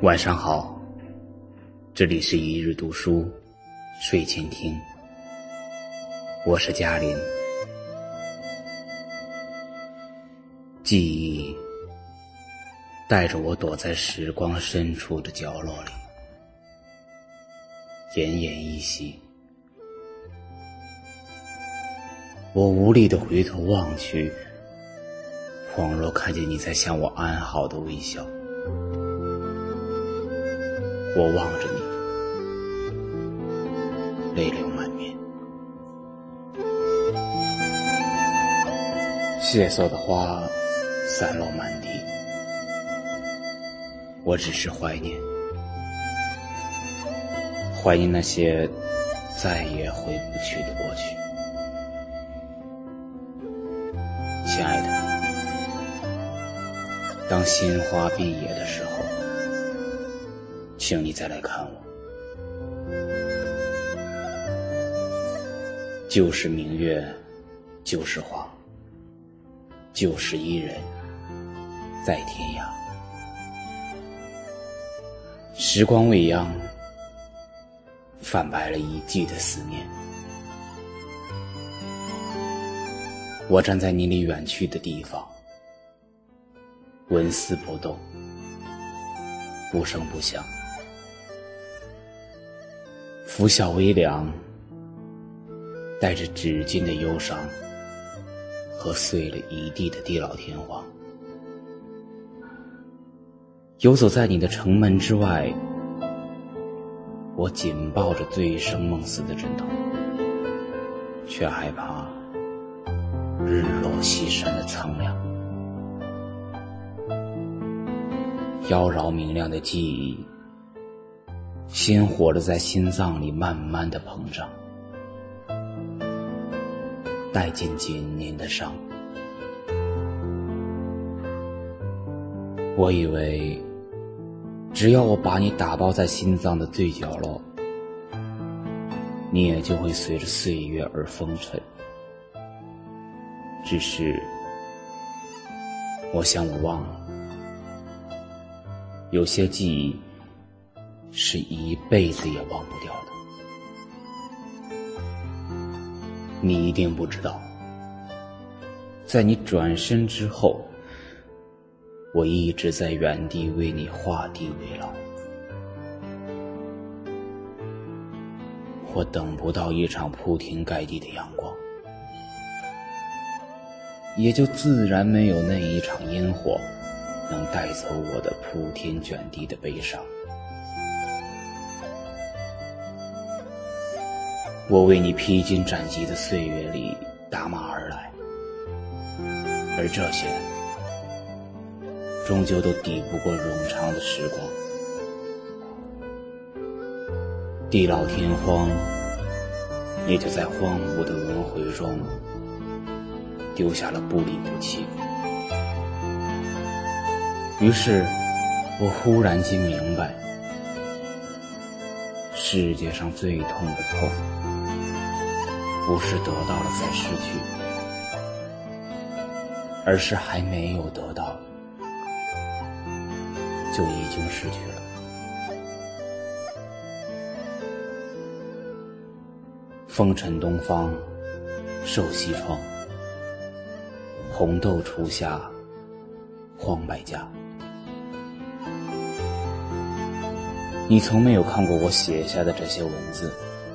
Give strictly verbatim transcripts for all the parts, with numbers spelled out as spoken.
晚上好，这里是一日读书睡前听，我是嘉林。记忆带着我躲在时光深处的角落里，奄奄一息。我无力地回头望去，恍若看见你在向我安好的微笑。我望着你，泪流满面。谢色的花散落满地，我只是怀念，怀念那些再也回不去的过去。亲爱的，当新花闭野的时候，请你再来看我。旧时明月，旧时花，旧时伊人，在天涯。时光未央，泛白了一季的思念。我站在你离远去的地方，纹丝不动，不声不响。拂晓微凉，带着指尖的忧伤和碎了一地的地老天荒。游走在你的城门之外，我紧抱着醉生梦死的枕头，却害怕日落西山的苍凉。妖娆明亮的记忆，鲜活地在心脏里慢慢地膨胀，带进紧您的伤。我以为只要我把你打包在心脏的最角落，你也就会随着岁月而风尘。只是我想我忘了，有些记忆是一辈子也忘不掉的。你一定不知道，在你转身之后，我一直在原地为你画地为牢。我等不到一场铺天盖地的阳光，也就自然没有那一场烟火能带走我的铺天卷地的悲伤。我为你披荆斩棘的岁月里打马而来，而这些终究都抵不过冗长的时光。地老天荒，也就在荒芜的轮回中丢下了不离不弃。于是我忽然间明白，世界上最痛的痛，不是得到了再失去，而是还没有得到就已经失去了。风尘东方，瘦西窗，红豆初夏，黄百家。你从没有看过我写下的这些文字，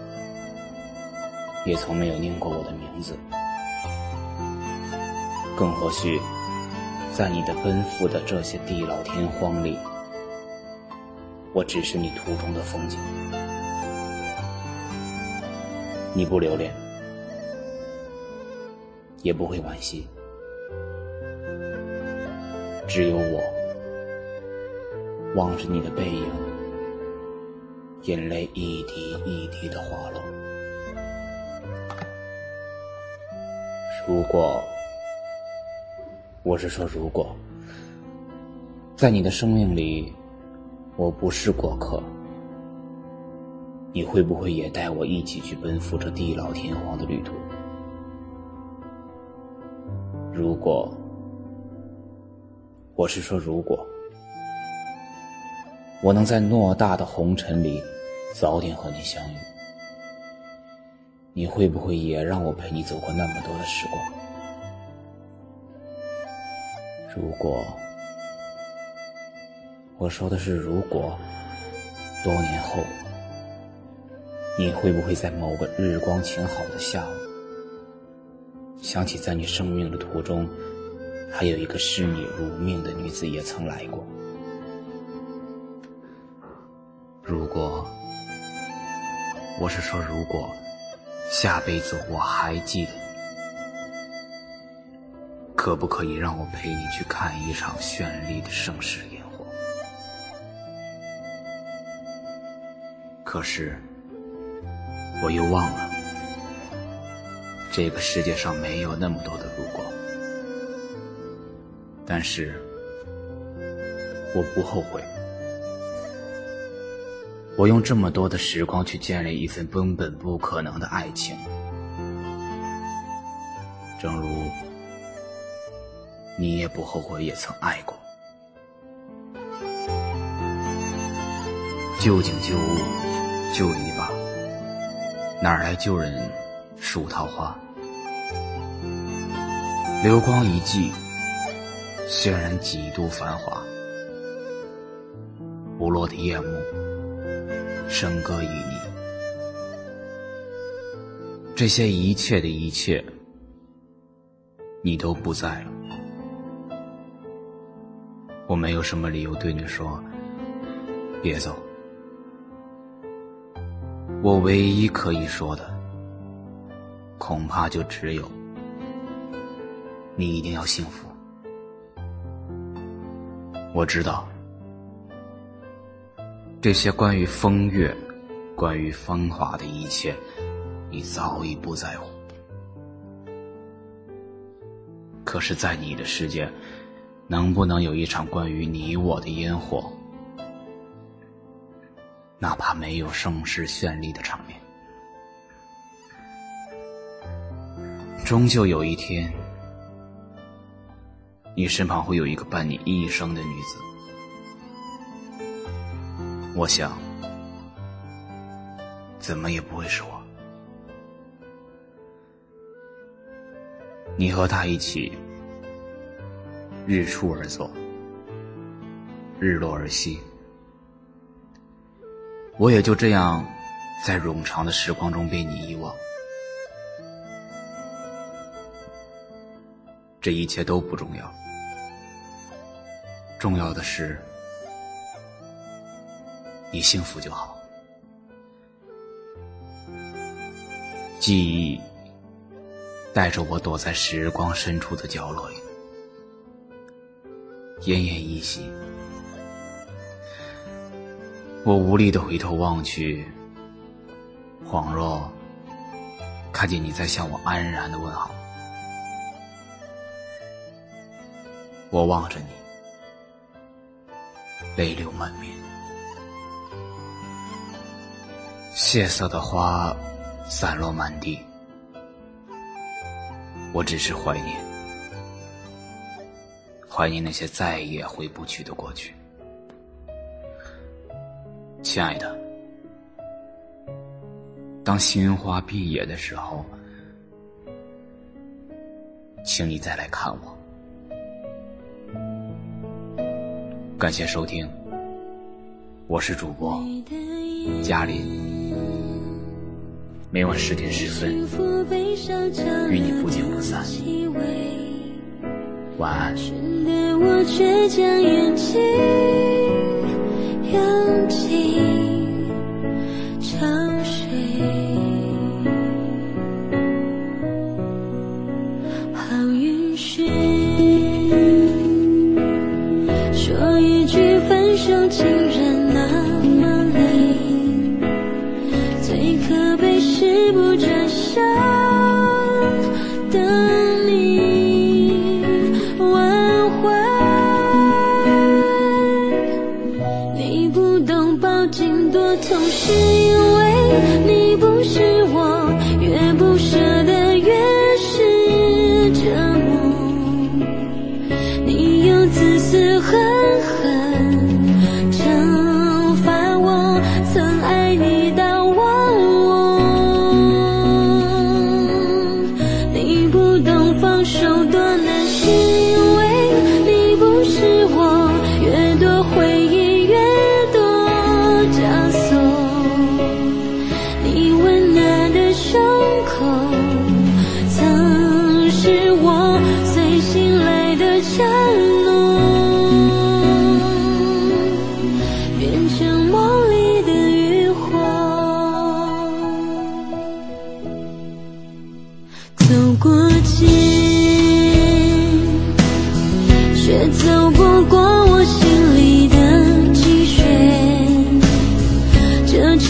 也从没有念过我的名字，更或许在你的奔赴的这些地老天荒里，我只是你途中的风景。你不留恋，也不会惋惜，只有我望着你的背影，眼泪一滴一滴地滑落。如果，我是说如果，在你的生命里，我不是过客，你会不会也带我一起去奔赴这地老天荒的旅途？如果，我是说如果， 我能在偌大的红尘里早点和你相遇，你会不会也让我陪你走过那么多的时光？如果，我说的是如果，多年后，你会不会在某个日光晴好的下午，想起在你生命的途中，还有一个视你如命的女子也曾来过？如果，我是说如果，下辈子我还记得你，可不可以让我陪你去看一场绚丽的盛世烟火？可是，我又忘了，这个世界上没有那么多的如果。但是，我不后悔。我用这么多的时光去建立一份根本不可能的爱情，正如你也不后悔也曾爱过。旧景旧物旧篱笆，哪来旧人数桃花？流光一季，渲染几度繁华。不落的夜幕，笙歌旖旎。这些一切的一切，你都不在了。我没有什么理由对你说别走。我唯一可以说的，恐怕就只有你一定要幸福。我知道，这些关于风月、关于风华的一切，你早已不在乎。可是在你的世界，能不能有一场关于你我的烟火？哪怕没有盛世绚丽的场面，终究有一天，你身旁会有一个伴你一生的女子。我想，怎么也不会是我。你和她一起，日出而作，日落而息。我也就这样在冗长的时光中被你遗忘。这一切都不重要，重要的是你幸福就好。记忆带着我躲在时光深处的角落里，奄奄一息。我无力地回头望去，恍若看见你在向我安然地问好。我望着你，泪流满面。谢色的花散落满地，我只是怀念，怀念那些再也回不去的过去。亲爱的，当心花闭野的时候，请你再来看我。感谢收听，我是主播嘉林，每晚十点十分与你不见不散，晚安。我却将眼睛扬起长睡，好允许说一句分手竟然那么累，最可悲是不转身等你挽回。你不懂抱紧多痛，是因为你不是我，越不舍得越是折磨。你又自私狠狠折磨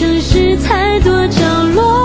城市太多角落。